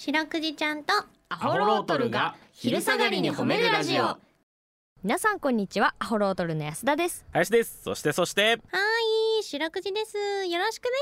白くじちゃんとアホロートルが昼下がりに褒めるラジオ。 皆さんこんにちは。アホロートルの安田です。 林です。そしてはい白くじです。よろしくです。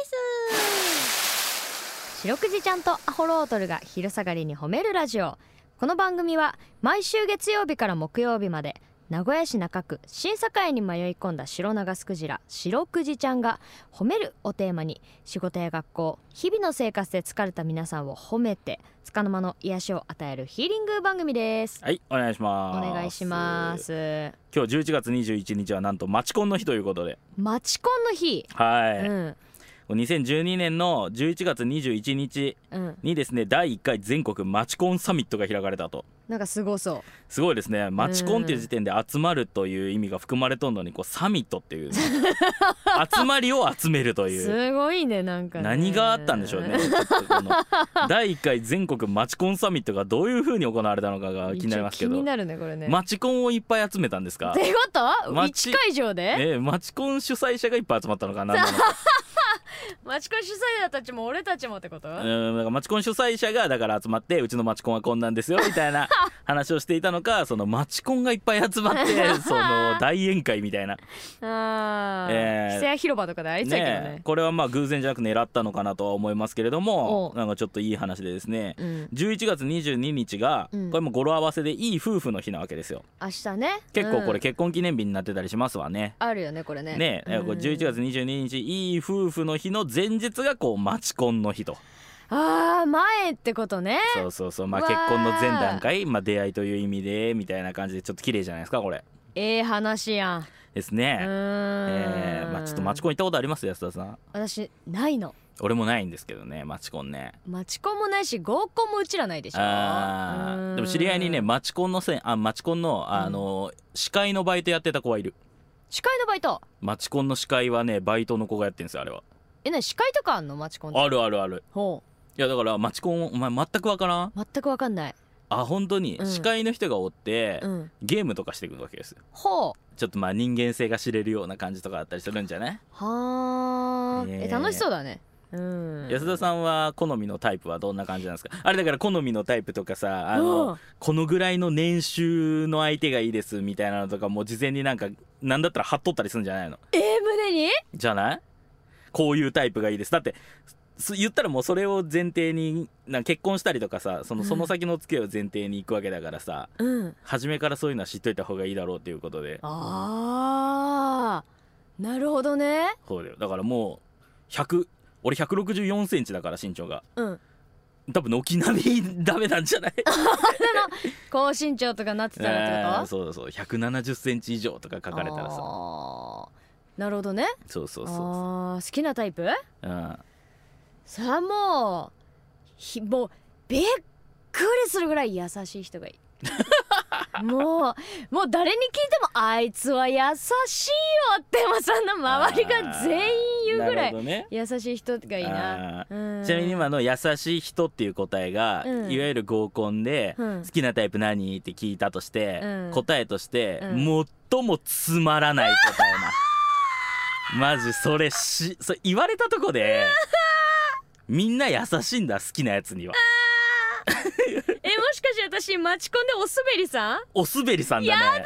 白くじちゃんとアホロートルが昼下がりに褒めるラジオ。この番組は毎週月曜日から木曜日まで名古屋市中区審査会に迷い込んだ白長スクジラ白くじちゃんが褒めるをテーマに仕事や学校日々の生活で疲れた皆さんを褒めて束の間の癒しを与えるヒーリング番組です。 はい、お願いします。 お願いします。 今日11月21日はなんとマチコンの日ということで、 マチコンの日。 はい、 うん、 2012年の11月21日にですね、第1回全国マチコンサミットが開かれたと。 なんかすごそう。 すごいですね。マチコンっていう時点で集まるという意味が含まれとんのに、こうサミットっていう、ね、集まりを集めるというすごいね。なんかね、 何があったんでしょうね。ちょっとこの第1回全国マチコンサミットがどういう風に行われたのかが気になりますけど、 気になるねこれね。 マチコンをいっぱい集めたんですかってこと ?1 会場で、 マチコン主催者がいっぱい集まったのかな。何なのかマチコン主催者たちも俺たちもってこと？ だからマチコン主催者がだから集まって、うちのマチコンはこんなんですよみたいな話をしていたのか、そのマチコンがいっぱい集まってその大宴会みたいな布施屋広場とかでありそうやけどね。 これはまあ偶然じゃなく狙ったのかなとは思いますけれども、なんかちょっといい話でですね、11月22日がこれも語呂合わせでいい夫婦の日なわけですよ。 明日ね。 結構これ結婚記念日になってたりしますわね。 あるよねこれね。 ね、これ11月22日いい夫婦の日の前日がこうマチコンの日と。 前ってことね。 そう、まあ、結婚の前段階、まあ、出会いという意味でみたいな感じでちょっと綺麗じゃないですかこれ。 話やんですね。まあ、ちょっとマチコン行ったことあります安田さん？ 私ないの。 俺もないんですけどね、マチコンね。 マチコンもないし合コンもうちらないでしょ。 でも知り合いにねマチコンの司会のバイトやってた子はいる。 司会のバイト？ マチコンの司会はねバイトの子がやってるんですよあれは。 司会とかあんのマチコンって？ ある。 ほう。 いやだからマチコンお前全く分からん？ 全く分かんない。 本当に、司会の人がおって、ゲームとかしていくわけですよ。 ほう。 ちょっとまあ人間性が知れるような感じとかあったりするんじゃない？ はー、楽しそうだね。 安田さんは好みのタイプはどんな感じなんですか？あれだから好みのタイプとかさ、このぐらいの年収の相手がいいですみたいなのとかもう事前になんだったら貼っとったりするんじゃないの？ 胸に？ じゃない？こういうタイプがいいです。だって言ったらもうそれを前提に結婚したりとかさ、その先の付き合いを前提に行くわけだからさ、初めからそういうのは知っといた方がいいだろうっていうことで。 なるほどね。 そうだよ。だからもう俺164センチだから身長が、多分軒並みダメなんじゃない？ 高身長とかなってたらってこと？ そう170センチ以上とか書かれたらさ。 なるほどね。 そう好きなタイプ？さあもうびっくりするぐらい優しい人がいい。もう誰に聞いてもあいつは優しいよってそんな周りが全員言うぐらい優しい人がいいな。 ちなみに今の優しい人っていう答えが、いわゆる合コンで、好きなタイプ何って聞いたとして、答えとして、最もつまらない答えな。マジそれ言われたとこでみんな優しいんだ好きなやつには。 もしかして私マチコンでおすべりさん？おすべりさんだね。 や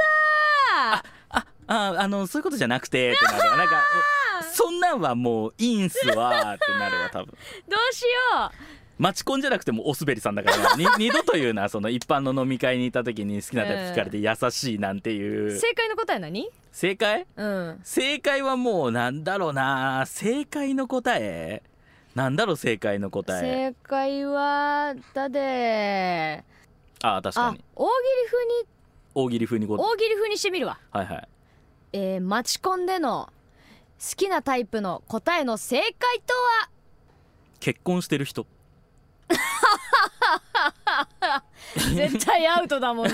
だそういうことじゃなくてってなるわ。なんかそんなんはもういいんすわってなるわ多分。 どうしよう。 マチコンじゃなくてもおすべりさんだから二度と言うな。その一般の飲み会にいた時に好きなタイプ聞かれて優しいなんていう。 正解の答え何？ 正解？正解はもうなんだろうな。正解の答えなんだろう。正解の答え。 正解は確かに大喜利風にしてみるわ。マチコンでの好きなタイプの答えの正解とは？ 結婚してる人。 絶対アウトだもんな。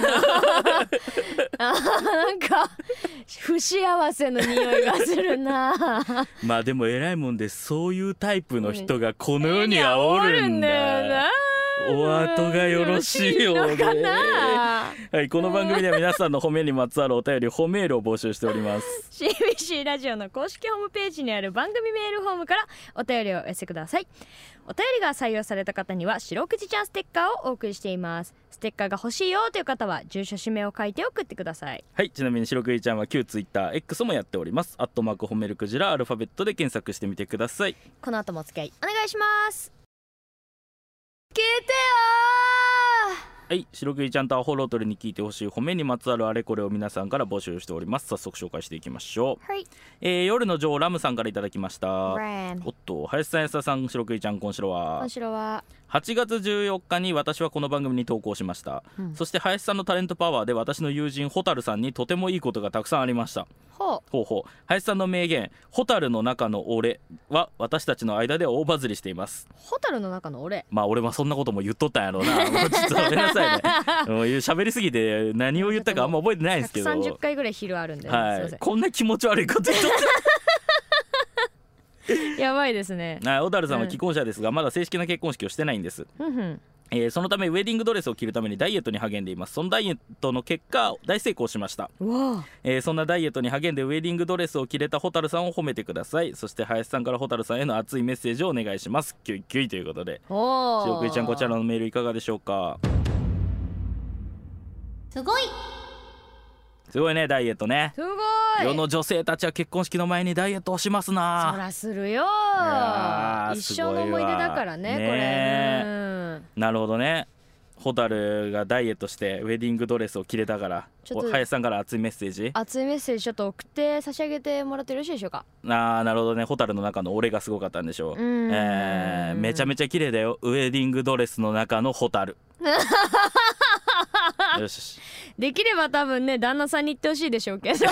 なんか不幸せの匂いがするな。 まあでも偉いもんでそういうタイプの人がこの世にはおるんだよな。 お後がよろしいようで、 のかな。 はい、この番組では皆さんの褒めにまつわるお便り褒めールを募集しております。 CBC ラジオの公式ホームページにある番組メールフォームからお便りをお寄せください。お便りが採用された方には白くじちゃんステッカーをお送りしています。ステッカーが欲しいよという方は住所氏名を書いて送ってください。 はい、ちなみに白くじちゃんは旧 TwitterX もやっております。@褒めるクジラアルファベットで検索してみてください。 この後もお付き合いお願いします。聞いてよはい、白くじちゃんとアホロートルに聞いてほしい褒めにまつわるあれこれを皆さんから募集しております。早速紹介していきましょう。 はい、 夜の女王ラムさんからいただきました。 ラム。 おっと、林さん安田さん白くじちゃん、今週は今週は 8月14日に私はこの番組に投稿しました、そして林さんのタレントパワーで私の友人ホタルさんにとてもいいことがたくさんありました。ほう林さんの名言ホタルの中の俺は私たちの間で大バズりしています。 ホタルの中の俺、 まあ俺はそんなことも言っとったんやろうな。もうちょっとごめんなさいね。もう喋りすぎて何を言ったかあんま覚えてないんですけど、 130回ぐらい昼あるんで、 はい、 すいません。 こんな気持ち悪いこと言っとってやばいですね。 小樽さんは既婚者ですが、まだ正式な結婚式をしてないんです。そのためウェディングドレスを着るためにダイエットに励んでいます。そのダイエットの結果大成功しました。そんなダイエットに励んでウェディングドレスを着れたホタルさんを褒めてください。そして林さんからホタルさんへの熱いメッセージをお願いします。キュイキュイということで、白くじちゃん、こちらのメールいかがでしょうか。 すごいすごいね、ダイエットね。 すごい。 世の女性たちは結婚式の前にダイエットをしますな。 そらするよ。一生すごいわの思い出だからね、これ。 なるほどね。ホタルがダイエットしてウェディングドレスを着れたから、林さんから熱いメッセージちょっと送って差し上げてもらってよろしいでしょうか。 なるほどね。ホタルの中の俺がすごかったんでしょう。めちゃめちゃ綺麗だよ、ウェディングドレスの中のホタル。よし、 できれば多分ね旦那さんに言ってほしいでしょうけど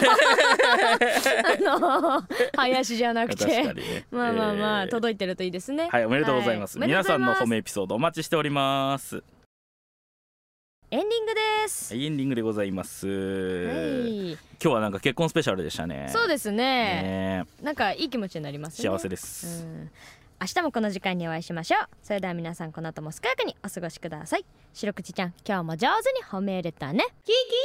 林じゃなくて、 確かにね。 まあ届いてるといいですね。 はい、おめでとうございます。皆さんの褒めエピソードお待ちしております。 エンディングです。 エンディングでございます、今日はなんか結婚スペシャルでしたね。 そうですね。なんかいい気持ちになりますね。 幸せです。 明日もこの時間にお会いしましょう。それでは皆さんこの後も健やかにお過ごしください。白口ちゃん、今日も上手に褒めれたね。キキ